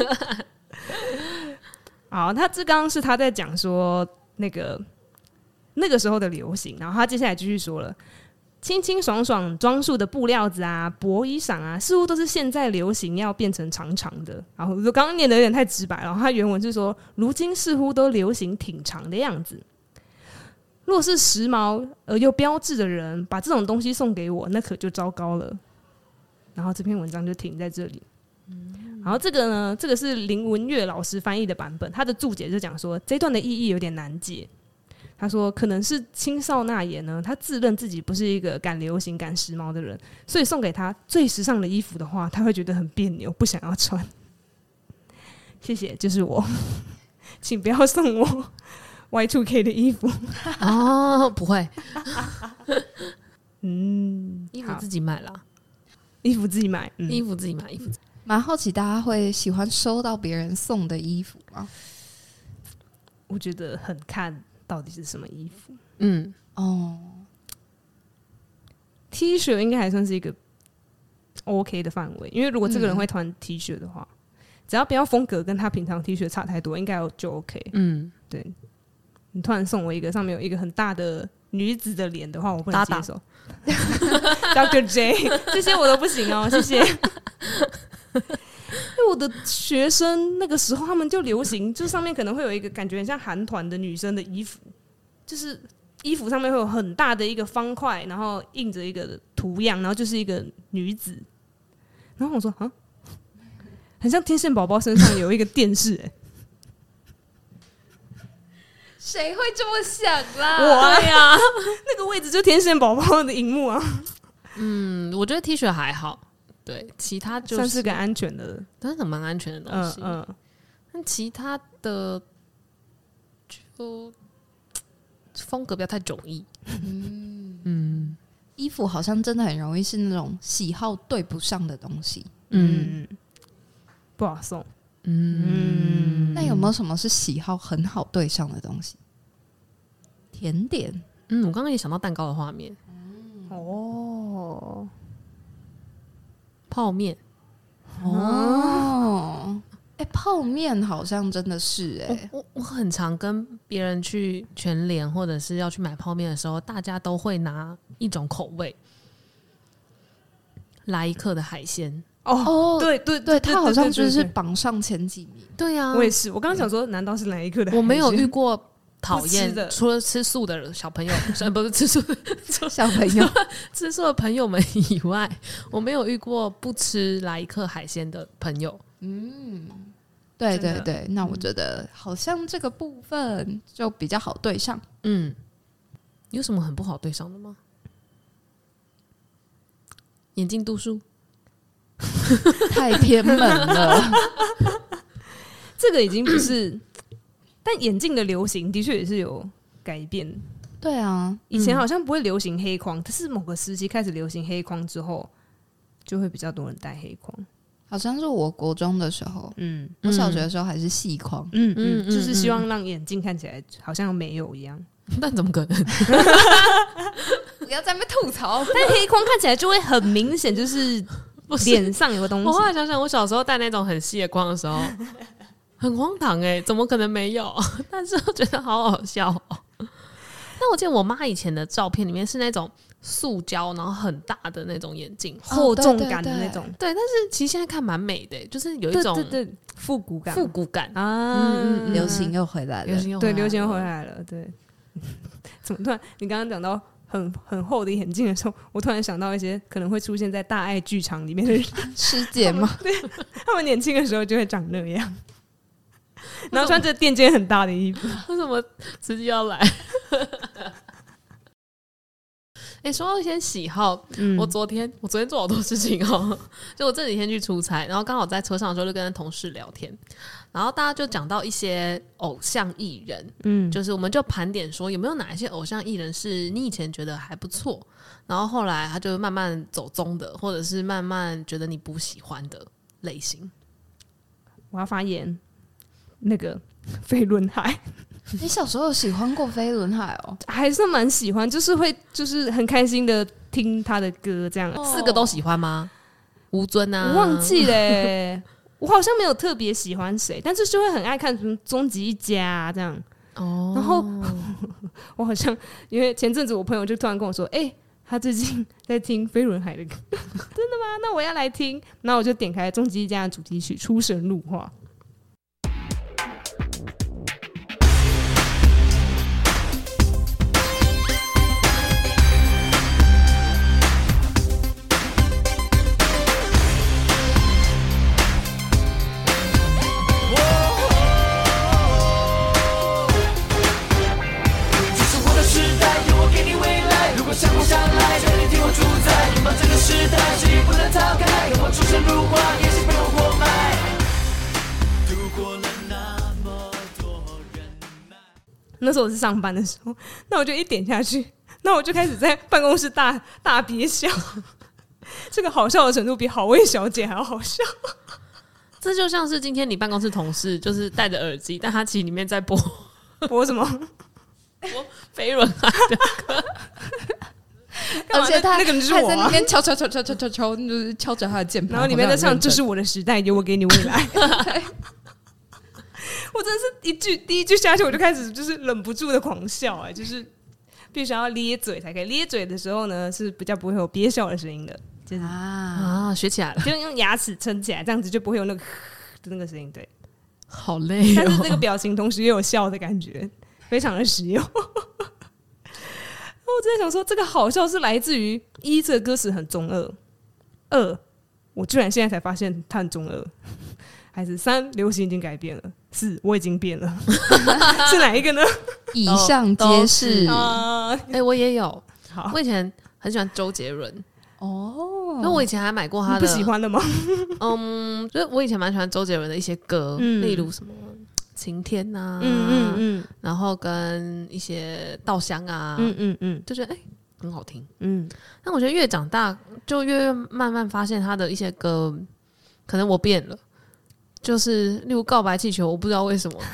好，他这刚刚是他在讲说那个时候的流行，然后他接下来继续说了，清清爽爽装束的布料子啊、薄衣裳啊，似乎都是现在流行要变成长长的。然后我刚刚念的有点太直白了，然后他原文是说，如今似乎都流行挺长的样子。若是时髦而又标致的人把这种东西送给我，那可就糟糕了。然后这篇文章就停在这里。然后这个呢，这个是林文月老师翻译的版本，他的注解就讲说，这段的意义有点难解。他说，可能是青少纳言呢，他自认自己不是一个赶流行、赶时髦的人，所以送给他最时尚的衣服的话，他会觉得很别扭，不想要穿。谢谢，就是我，请不要送我Y2K 的衣服不会。衣服自己买啦， 衣服自己买， 衣服自己买。 蛮好奇大家会喜欢收到别人送的衣服吗？ 我觉得很看到底是什么衣服。T 恤应该还算是一个 OK 的范围，因为如果这个人会穿 T 恤的话，只要不要风格跟他平常 T 恤差太多，应该就 OK。对。你突然送我一个上面有一个很大的女子的脸的话，我不能接受。Dr. J 这些我都不行哦，谢谢。 因为我的学生那个时候他们就流行，就上面可能会有一个感觉很像韩团的女生的衣服，就是衣服上面会有很大的一个方块，然后印着一个图样，然后就是一个女子。然后我说啊，很像天线宝宝身上有一个电视谁会这么想啦？ 我呀，那个位置就天线宝宝的荧幕啊。 我觉得 T 恤还好，对，其他就是算是个安全的， 但是蛮安全的东西。但其他的就风格不要太迥异。 衣服好像真的很容易是那种喜好对不上的东西， 不好送。 那有没有什么是喜好很好对上的东西？甜点， 我刚刚也想到蛋糕的画面。泡面。 泡面好像真的是我很常跟别人去全联或者是要去买泡面的时候，大家都会拿一种口味，来一克的海鲜。 对， 它好像就是榜上前几名。 对啊， 我也是。我刚刚想说，难道是哪一个的海鲜？ 我没有遇过讨厌的， 除了吃素的小朋友，不是吃素的小朋友， 吃素的朋友们以外，我没有遇过不吃来一克海鲜的朋友。 对对对，那我觉得好像这个部分就比较好对上。 有什么很不好对上的吗？眼镜度数太偏门了。 这个已经不是，但眼镜的流行的确也是有改变。 对啊， 以前好像不会流行黑框，但是某个时期开始流行黑框之后，就会比较多人戴黑框。 好像是我国中的时候，我小学的时候还是细框， 就是希望让眼镜看起来好像没有一样。 但怎么可能？ 不要在那边吐槽。 但黑框看起来就会很明显，就是脸上有个东西。 我后来想想，我小时候戴那种很细的框的时候，很荒唐怎么可能没有？但是我觉得好好笑但我记得我妈以前的照片里面是那种塑胶，然后很大的那种眼镜， 厚重感的那种。 对，但是其实现在看蛮美的，就是有一种对复古感啊。流行又回来了， 流行又回来了。对，怎么突然？你刚刚讲到很厚的眼镜的时候，我突然想到一些可能会出现在大爱剧场里面的人师姐吗？ 对，他们年轻的时候就会长那样，然后穿着垫肩很大的衣服。 为什么直接要来？说到一些喜好，我昨天做好多事情就我这几天去出差，然后刚好在车上的时候就跟同事聊天，然后大家就讲到一些偶像艺人，就是我们就盘点说有没有哪一些偶像艺人是你以前觉得还不错，然后后来他就慢慢走中的，或者是慢慢觉得你不喜欢的类型。 我要发言，那个飞轮海。 你小时候有喜欢过飞轮海还是蛮喜欢，就是很开心的听他的歌这样。 4个都喜欢吗？吴尊啊， 我忘记了我好像没有特别喜欢谁，但是就会很爱看什么终极一家这样。然后我好像因为前阵子我朋友就突然跟我说，他最近在听飞轮海的歌。真的吗？那我要来听。然后我就点开终极一家的主题曲《出神入化》。那时候我是上班的时候，那我就一点下去，那我就开始在办公室大憋笑，这个好笑的程度比好味小姐还要好笑。 这就像是今天你办公室同事就是戴着耳机，但他其实里面在播什么？ 播飞轮海的歌。 而且他那个就是我在那边敲，就是敲着他的键盘， 然后里面在唱《这是我的时代，有我给你未来》。我真的是第一句下去，我就开始就是忍不住的狂笑，就是必须要咧嘴才可以。咧嘴的时候呢，是比较不会有憋笑的声音的。 就是学起来了， 就用牙齿撑起来，这样子就不会有那个的那个声音。对， 好累但是这个表情同时也有笑的感觉，非常的实用。我真的想说，这个好笑是来自于一，这个歌词很中二；二，我居然现在才发现它很中二；还是三，流行已经改变了；四，我已经变了。是哪一个呢？ 以上皆是。 我也有。 好， 我以前很喜欢周杰伦。 哦， 因为我以前还买过他的， 你不喜欢的吗？ 就是我以前蛮喜欢周杰伦的一些歌，例如什么晴天啊，然后跟一些稻香啊，就觉得很好听，但我觉得越长大就越慢慢发现他的一些歌，可能我变了，就是例如告白气球，我不知道为什么。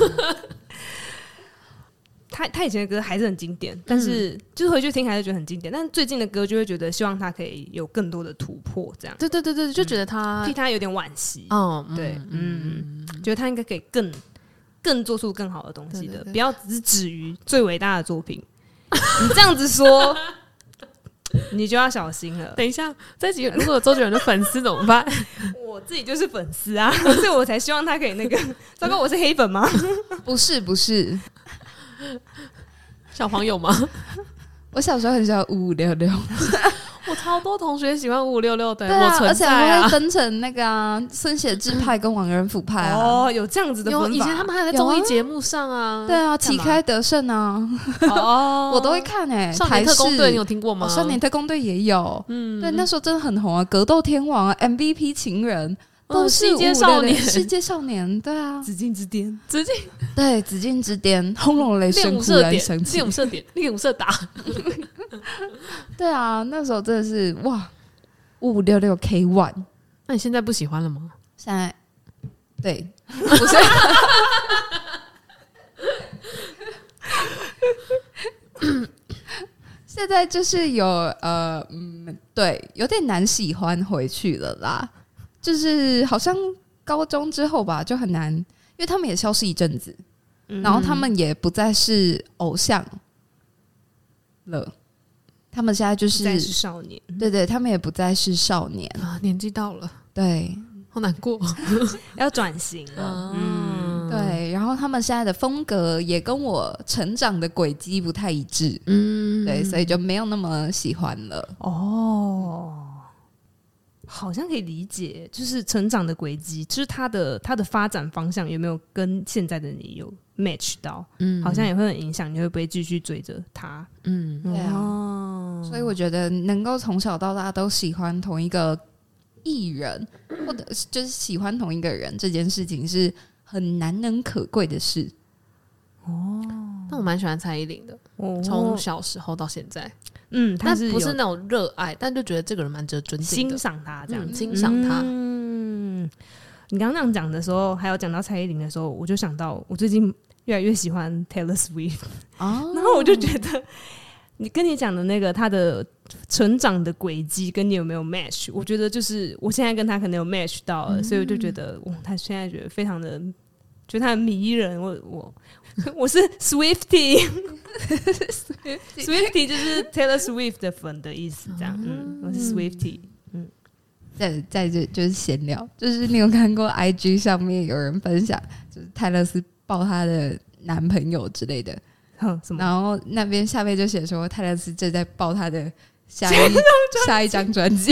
他以前的歌还是很经典，但是就是回去听还是觉得很经典。但是最近的歌就会觉得希望他可以有更多的突破，这样。 对，就觉得他替他有点惋惜。对，觉得他应该可以更做出更好的东西的，不要只是止于最伟大的作品。你这样子说，你就要小心了。 等一下，这集如果有周杰伦的粉丝怎么办？ 我自己就是粉丝啊，所以我才希望他可以那个。糟糕，我是黑粉吗？ 不是。 小黄有吗？ 我小时候很喜欢5566， 我超多同学喜欢5566的， 对啊， 我存在啊， 而且还会分成那个孙协志派跟王仁甫派啊。 有这样子的分法。 以前他们还有在综艺节目上啊， 对啊，旗开得胜啊，我都会看少年特工队你有听过吗？ 少年特工队也有，对，那时候真的很红啊，格斗天王啊 MVP 情人。都是世界少年， 世界少年，对啊， 紫禁之巅， 对，紫禁之巅，轰隆雷声忽然响起， 练武射打， 对啊，那时候真的是哇，5566 K1， 那你现在不喜欢了吗？ 现在，对，不是，现在就是有对，有点难喜欢回去了啦。就是好像高中之后吧，就很难，因为他们也消失一阵子，然后他们也不再是偶像了，他们现在就是不再是少年， 对，他们也不再是少年啊，年纪到了， 对， 好难过， 要转型了， 对，然后他们现在的风格也跟我成长的轨迹不太一致，对，所以就没有那么喜欢了。 好像可以理解，就是成长的轨迹，就是他的发展方向有没有跟现在的你有 match 到？好像也会很影响你会不会继续追着他。 对啊，所以我觉得能够从小到大都喜欢同一个艺人，或者就是喜欢同一个人，这件事情是很难能可贵的事。 那我蛮喜欢蔡依林的，从小时候到现在。 他是不是那种热爱，但就觉得这个人蛮值得尊敬的， 欣赏他这样， 欣赏他。 你刚刚那样讲的时候，还有讲到蔡依林的时候，我就想到我最近越来越喜欢 Taylor Swift，然后我就觉得你跟你讲的那个他的成长的轨迹跟你有没有 match？ 我觉得就是我现在跟他可能有 match 到了，所以我就觉得他现在觉得非常的。觉得他很迷人，我是 Swiftie，Swiftie 就是 Taylor Swift 的粉的意思，这样，我是 Swiftie， 在这就是闲聊，就是你有看过 IG 上面有人分享，就是泰勒斯抱她的男朋友之类的，然后那边下面就写说泰勒斯正在抱她的下一张专辑。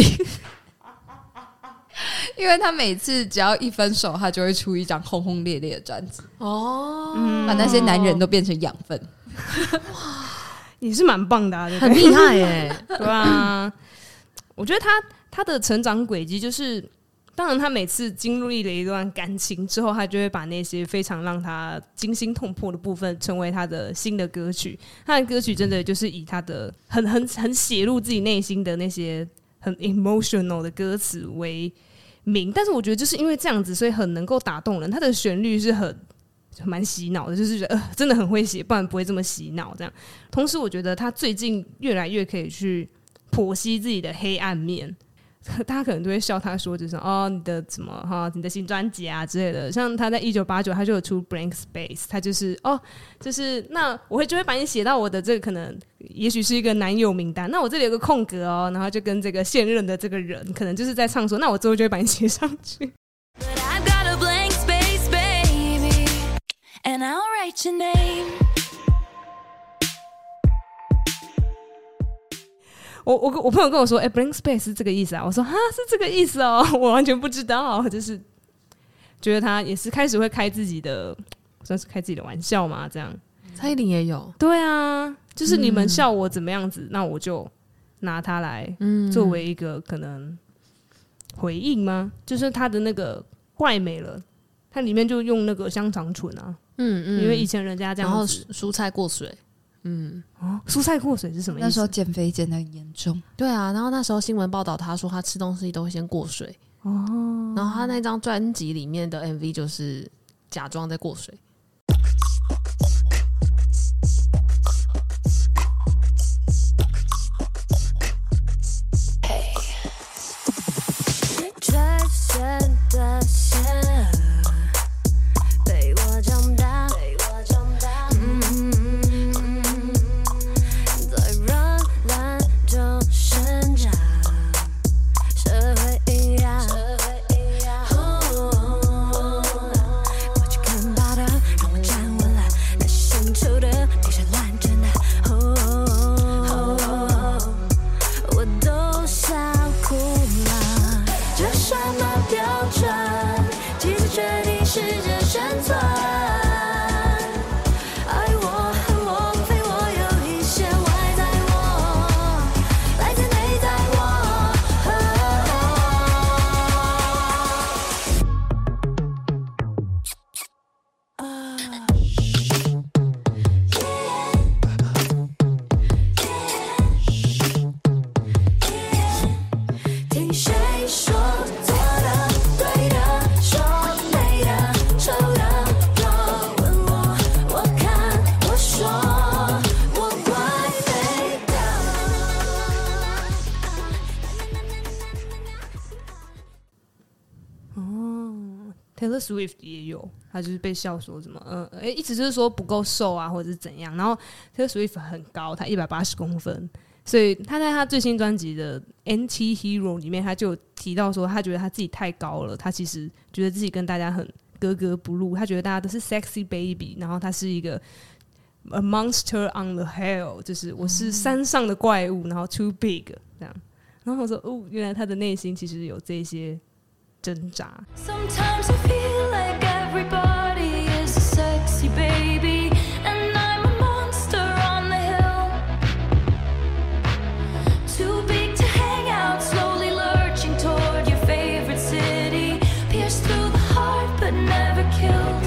因为他每次只要一分手，他就会出一张轰轰烈烈的专辑把那些男人都变成养分。 也是蛮棒的，对不对？ 很厉害耶！ 对啊，我觉得他的成长轨迹就是，当然他每次经历了一段感情之后，他就会把那些非常让他惊心痛破的部分成为他的新的歌曲。他的歌曲真的就是以他的很写入自己内心的那些很 emotional 的歌词为名，但是我觉得就是因为这样子，所以很能够打动人。它的旋律是蛮洗脑的，就是觉得真的很会写，不然不会这么洗脑这样。同时，我觉得他最近越来越可以去剖析自己的黑暗面。 大家可能都会笑他说就是你的什么你的新专辑啊之类的。像他在1989他就有出 Blank Space， 他就是就是那我就会把你写到我的这个可能也许是一个男友名单，那我这里有个空格然后就跟这个现任的这个人可能就是在唱说，那我之后就会把你写上去。But I've got a blank space, baby, and I'll write your name。我朋友跟我说blank space 是这个意思啊，我说哈是这个意思我完全不知道，就是觉得他也是开始会开自己的，算是开自己的玩笑嘛，这样。 蔡依林也有， 对啊，就是你们笑我怎么样子，那我就拿它来作为一个可能回应吗？就是他的那个怪美了，它里面就用那个香肠醇啊，因为以前人家这样子， 然后蔬菜过水。 蔬菜过水是什么意思？ 那时候减肥减得很严重。 对啊，然后那时候新闻报道他说他吃东西都会先过水然后他那张专辑里面的 MV 就是假装在过水。 最深的线被我长大，在软烂中生长，社会一样，过去看到的让我站稳了，那些深处的你是烂真的，我都笑哭了，这什么标准？几次决定试着生存，爱我恨我非我，有一些外在我，来自内在我。听谁说错的、对的、说美的、丑的，若问我，我看，我说，我怪美的。 Taylor Swift 也有，他就是被笑说什么一直就是说不够瘦啊，或者是怎样。然后 Taylor Swift 很高，他180公分，所以他在他最新专辑的 Anti-Hero 里面，他就有提到说，他觉得他自己太高了，他其实觉得自己跟大家很格格不入，他觉得大家都是 sexy baby， 然后他是一个 a monster on the hill， 就是我是山上的怪物，然后 too big 这样。然后我说原来他的内心其实有这些挣扎。 Sometimes I feel like everybody is a sexy baby, and I'm a monster on the hill. Too big to hang out, slowly lurching toward your favorite city. Pierced through the heart, but never killed.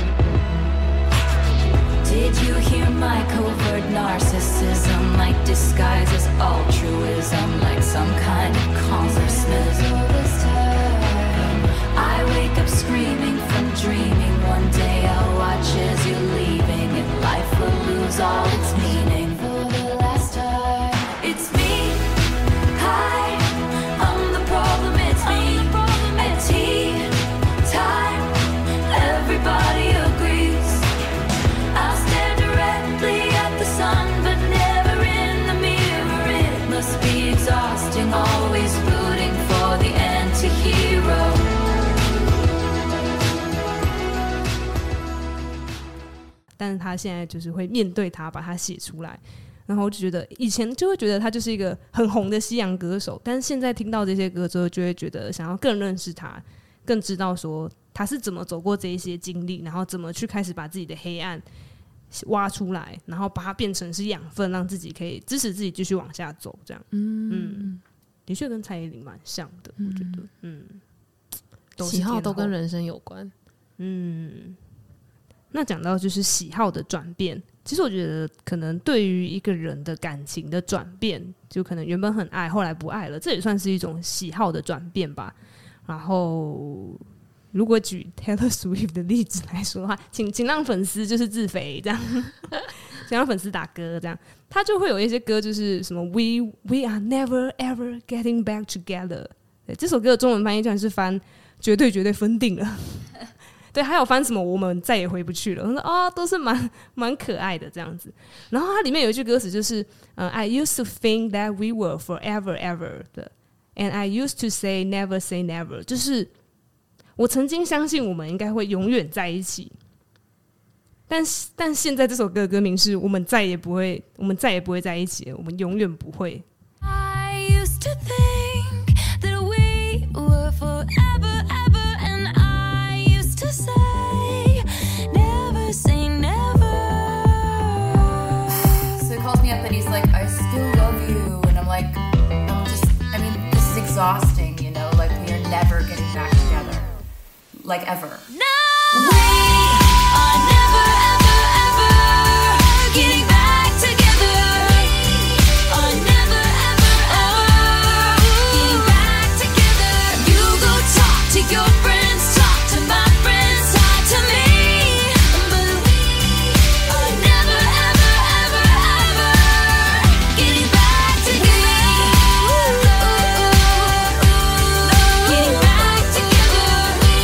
Did you hear my covert narcissism? Like disguises, altruism, like some kind of consciousness. I wake up screaming from dreaming. One day I'll watch as you're leaving, and life will lose all its meaning. For the last time, it's me. Hi, I'm the problem. It's me. At tea time, everybody agrees. I'll stare directly at the sun, but never in the mirror. It must be exhausting, always rooting for the anti-hero. 但是他现在就是会面对他，把它写出来。然后我就觉得以前就会觉得他就是一个很红的西洋歌手，但是现在听到这些歌之后，就会觉得想要更认识他，更知道说他是怎么走过这一些经历，然后怎么去开始把自己的黑暗挖出来，然后把它变成是养分，让自己可以支持自己继续往下走。这样，的确跟蔡依林蛮像的，我觉得， 喜好都跟人生有关。 那讲到就是喜好的转变，其实我觉得可能对于一个人的感情的转变，就可能原本很爱，后来不爱了，这也算是一种喜好的转变吧。然后，如果举 Taylor Swift 的例子来说的话，请让粉丝就是自肥这样，请让粉丝打歌这样，他就会有一些歌就是什么 We are never ever getting back together， 对，这首歌的中文翻译居然是翻绝对绝对分定了。对，还有翻什么我们再也回不去了。我说哦，都是蛮可爱的这样子。然后它里面有一句歌词就是I used to think that we were forever ever 的 ，and I used to say never say never， 就是我曾经相信我们应该会永远在一起。但现在这首歌的歌名是我们再也不会在一起了，我们永远不会。 I used to think that we were forever ever, and I used to say never say never. So he calls me up and he's like, I still love you. And I'm like, I mean, this is exhausting, you know? Like, we are never getting back together. Like, ever. No, we are never ever ever getting back together. Are never ever ever getting back together. You go talk to your friends, talk to my friends, talk to me. But we are never ever ever ever getting back together. Getting back together.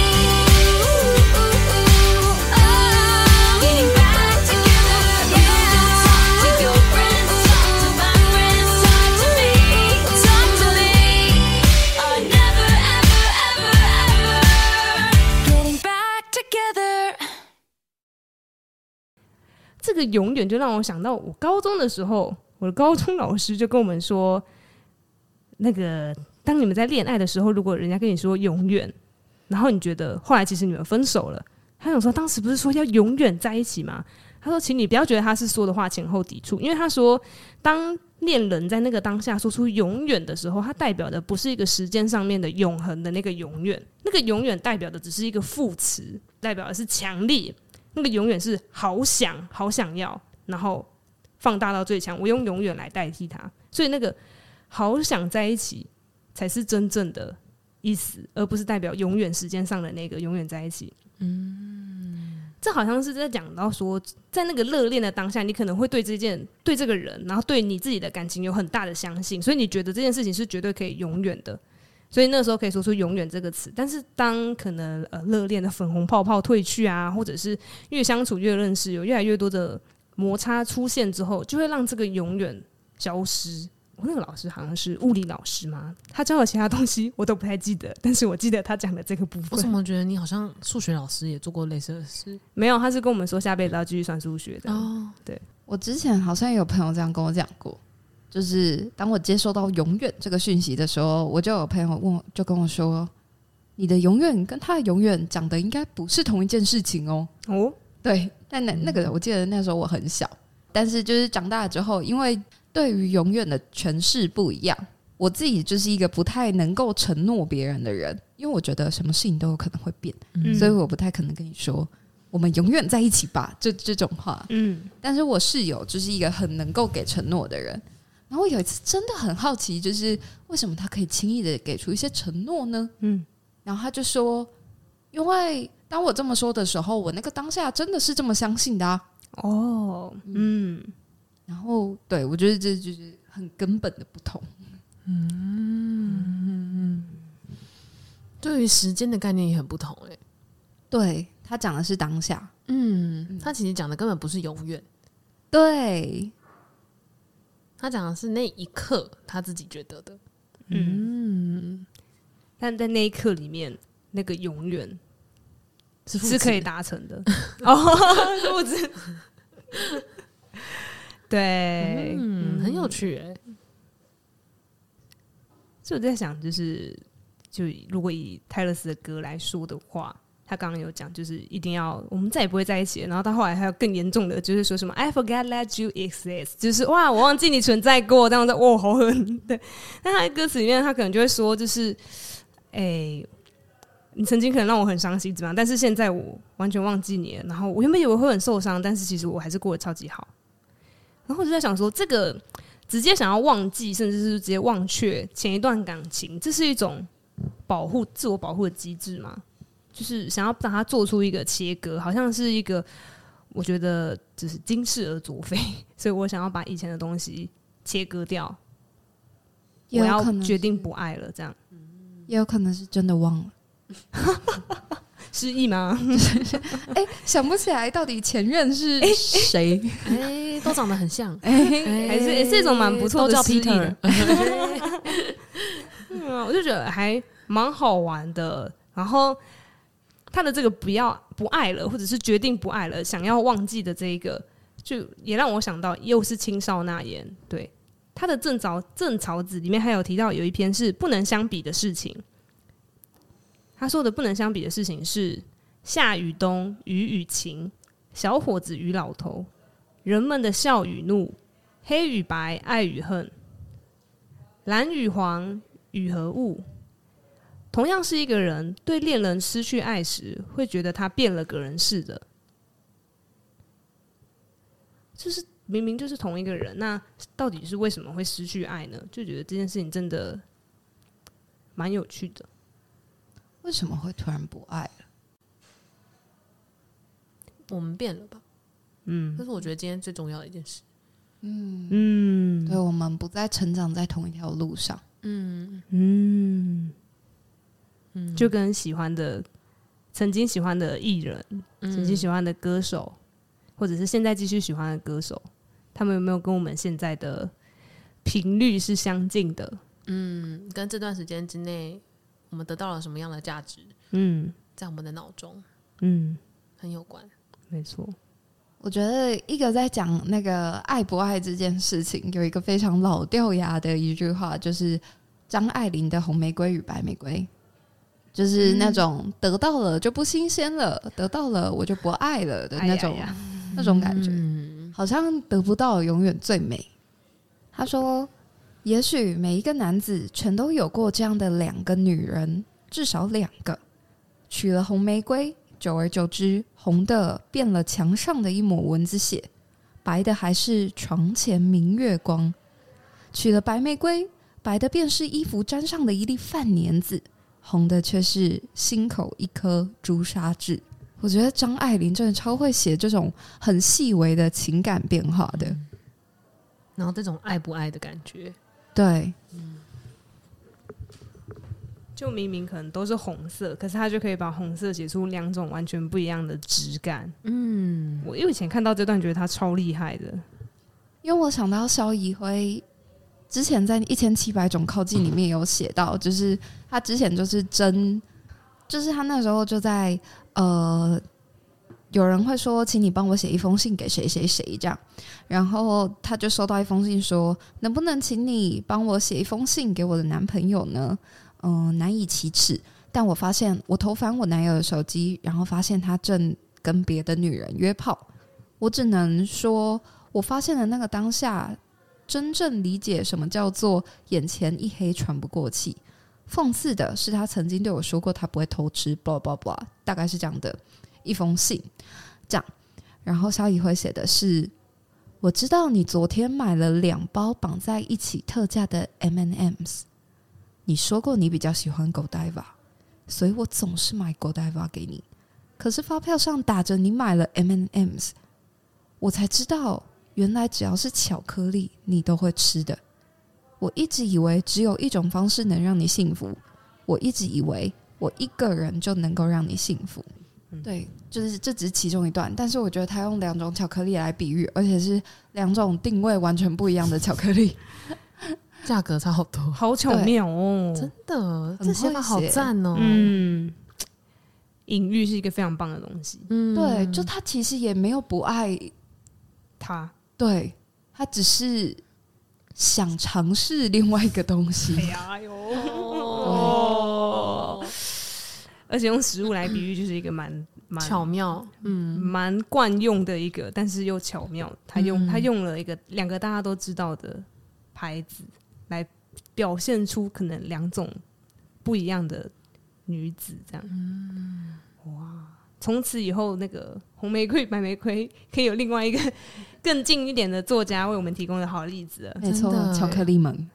Getting back together. You go talk to your friends, talk to my friends, talk to me, talk to me. Are never ever ever ever getting back together. 这个永远就让我想到我高中的时候，我的高中老师就跟我们说，那个当你们在恋爱的时候，如果人家跟你说永远，然后你觉得后来其实你们分手了，他想说当时不是说要永远在一起吗？他说请你不要觉得他是说的话前后抵触，因为他说当恋人在那个当下说出永远的时候，它代表的不是一个时间上面的永恒的那个永远，那个永远代表的只是一个副词，代表的是强烈，那个永远是好想好想要，然后放大到最强，我用永远来代替它，所以那个好想在一起才是真正的意思，而不是代表永远时间上的那个永远在一起。这好像是在讲到说，在那个热恋的当下，你可能会对这个人，然后对你自己的感情有很大的相信，所以你觉得这件事情是绝对可以永远的，所以那时候可以说出永远这个词。但是当可能热恋的粉红泡泡退去啊，或者是越相处越认识，有越来越多的摩擦出现之后，就会让这个永远消失。我那个老师好像是物理老师嘛，他教的其他东西我都不太记得，但是我记得他讲的这个部分。 我怎么觉得你好像数学老师也做过类似的事？ 没有，他是跟我们说下辈子要继续算数学的。 哦， 对， 我之前好像有朋友这样跟我讲过，就是当我接收到永远这个讯息的时候，我就有朋友问我，就跟我说，你的永远跟他的永远讲的应该不是同一件事情哦。 哦， 对，但那个我记得那时候我很小，但是就是长大了之后，因为对于永远的诠释不一样，我自己就是一个不太能够承诺别人的人，因为我觉得什么事情都有可能会变，所以我不太可能跟你说我们永远在一起吧，这种话。但是我室友就是一个很能够给承诺的人，然后我有一次真的很好奇，就是为什么他可以轻易的给出一些承诺呢？然后他就说，因为当我这么说的时候，我那个当下真的是这么相信的啊。 哦， 然后对，我觉得这就是很根本的不同。 对于时间的概念也很不同欸。 对，他讲的是当下， 他其实讲的根本不是永远， 对， 他讲的是那一刻他自己觉得的。 但在那一刻里面，那个永远是是可以达成的。哦，数字，对， 很有趣欸。 所以我在想，就如果以泰勒斯的歌来说的话，他刚刚有讲，就是一定要我们再也不会在一起了。然后到后来还有更严重的，就是说什么 I forgot that you exist， 就是哇，我忘记你存在过，这样子，哇，好狠。对，但他的歌词里面，他可能就会说，就是你曾经可能让我很伤心，怎么样？但是现在我完全忘记你了。然后我原本以为会很受伤，但是其实我还是过得超级好。然后我就在想说，这个直接想要忘记，甚至是直接忘却前一段感情，这是一种自我保护的机制吗？就是想要让它做出一个切割，好像是一个我觉得就是今世而昨非，所以我想要把以前的东西切割掉，我要决定不爱了，这样。 也有可能是真的忘了。 失忆吗？ 哎，想不起来到底前任是谁？ 哎，都长得很像， 还是这种蛮不错的都叫失忆的 Peter。 我就觉得还蛮好玩的。然后他的这个不爱了，或者是决定不爱了，想要忘记的这一个，就也让我想到又是青少纳言。对，他的正草子里面还有提到有一篇是不能相比的事情。他说的不能相比的事情是夏与冬、雨与晴、小伙子与老头、人们的笑与怒、黑与白、爱与恨、蓝与黄、雨和雾。同样是一个人，对恋人失去爱时，会觉得他变了个人似的。就是明明就是同一个人，那到底是为什么会失去爱呢？就觉得这件事情真的蛮有趣的。 为什么会突然不爱了？ 我们变了吧？这是我觉得今天最重要的一件事。 对，我们不再成长在同一条路上。 就跟曾经喜欢的艺人、曾经喜欢的歌手，或者是现在继续喜欢的歌手，他们有没有跟我们现在的频率是相近的？ 跟这段时间之内，我们得到了什么样的价值？在我们的脑中，很有关。 没错。 我觉得一个在讲那个爱不爱这件事情，有一个非常老掉牙的一句话，就是张爱玲的《红玫瑰与白玫瑰》，就是那种得到了就不新鲜了，得到了我就不爱了的那种、那种感觉，好像得不到永远最美。他说，也许每一个男子全都有过这样的2个女人，至少2个，娶了红玫瑰，久而久之，红的变了墙上的一抹蚊子血，白的还是床前明月光；娶了白玫瑰，白的便是衣服沾上的一粒饭粘子，红的却是心口一颗朱砂痣。我觉得张爱玲真的超会写这种很细微的情感变化的， 然后这种爱不爱的感觉， 对， 就明明可能都是红色，可是他就可以把红色写出2种完全不一样的质感。我以前看到这段觉得他超厉害的， 因为我想到萧怡辉之前在1700种靠近里面有写到，就是他之前就是就是他那时候就在有人会说请你帮我写一封信给谁谁谁这样，然后他就收到一封信说，能不能请你帮我写一封信给我的男朋友呢？难以启齿，但我发现我偷翻我男友的手机，然后发现他正跟别的女人约炮。我只能说，我发现的那个当下，真正理解什么叫做眼前一黑喘不过气。讽刺的是，他曾经对我说过他不会偷吃 blah blah blah， 大概是这样的一封信。这样，然后萧怡辉写的是，我知道你昨天买了2包绑在一起特价的 M&M's， 你说过你比较喜欢 Godiva， 所以我总是买 Godiva 给你，可是发票上打着你买了 M&M's， 我才知道原来只要是巧克力你都会吃的。我一直以为只有一种方式能让你幸福，我一直以为我一个人就能够让你幸福。对，就是这只是其中一段，但是我觉得他用2种巧克力来比喻，而且是2种定位完全不一样的巧克力， 价格差好多， 好巧妙哦！ 真的， 很这写法好赞哦。 隐喻是一个非常棒的东西。 对，就他其实也没有不爱他， 对，他只是想尝试另外一个东西。 哎呦，而且用食物来比喻，就是一个蛮巧妙， 蛮惯用的一个，但是又巧妙。他用了2个大家都知道的牌子来表现出可能2种不一样的女子，这样。哇！从此以后，那个红玫瑰、白玫瑰可以有另外一个更近一点的作家为我们提供的好例子了。 没错，巧克力们。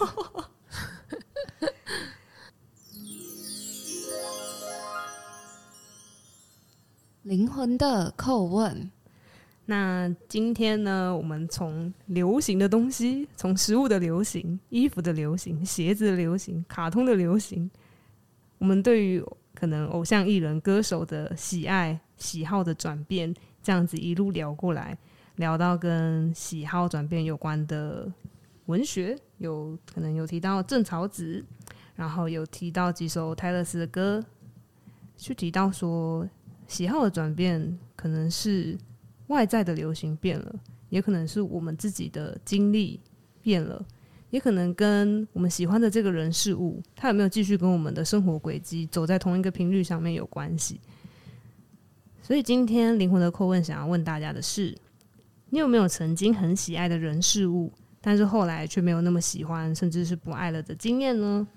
灵魂的叩问。 那今天呢，我们从流行的东西，从食物的流行、衣服的流行、鞋子的流行、卡通的流行， 我们对于可能偶像艺人歌手的喜爱喜好的转变，这样子一路聊过来，聊到跟喜好转变有关的文学，可能有提到郑草子，然后有提到几首泰勒斯的歌，去提到说喜好的转变可能是外在的流行变了，也可能是我们自己的经历变了，也可能跟我们喜欢的这个人事物，他有没有继续跟我们的生活轨迹走在同一个频率上面有关系。所以今天灵魂的叩问想要问大家的是，你有没有曾经很喜爱的人事物，但是后来却没有那么喜欢，甚至是不爱了的经验呢？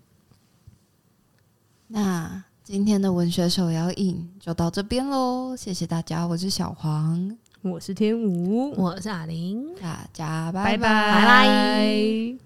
那今天的文学手摇饮就到这边咯，谢谢大家，我是小黄， 我是天武， 我是阿玲， 大家拜拜拜拜。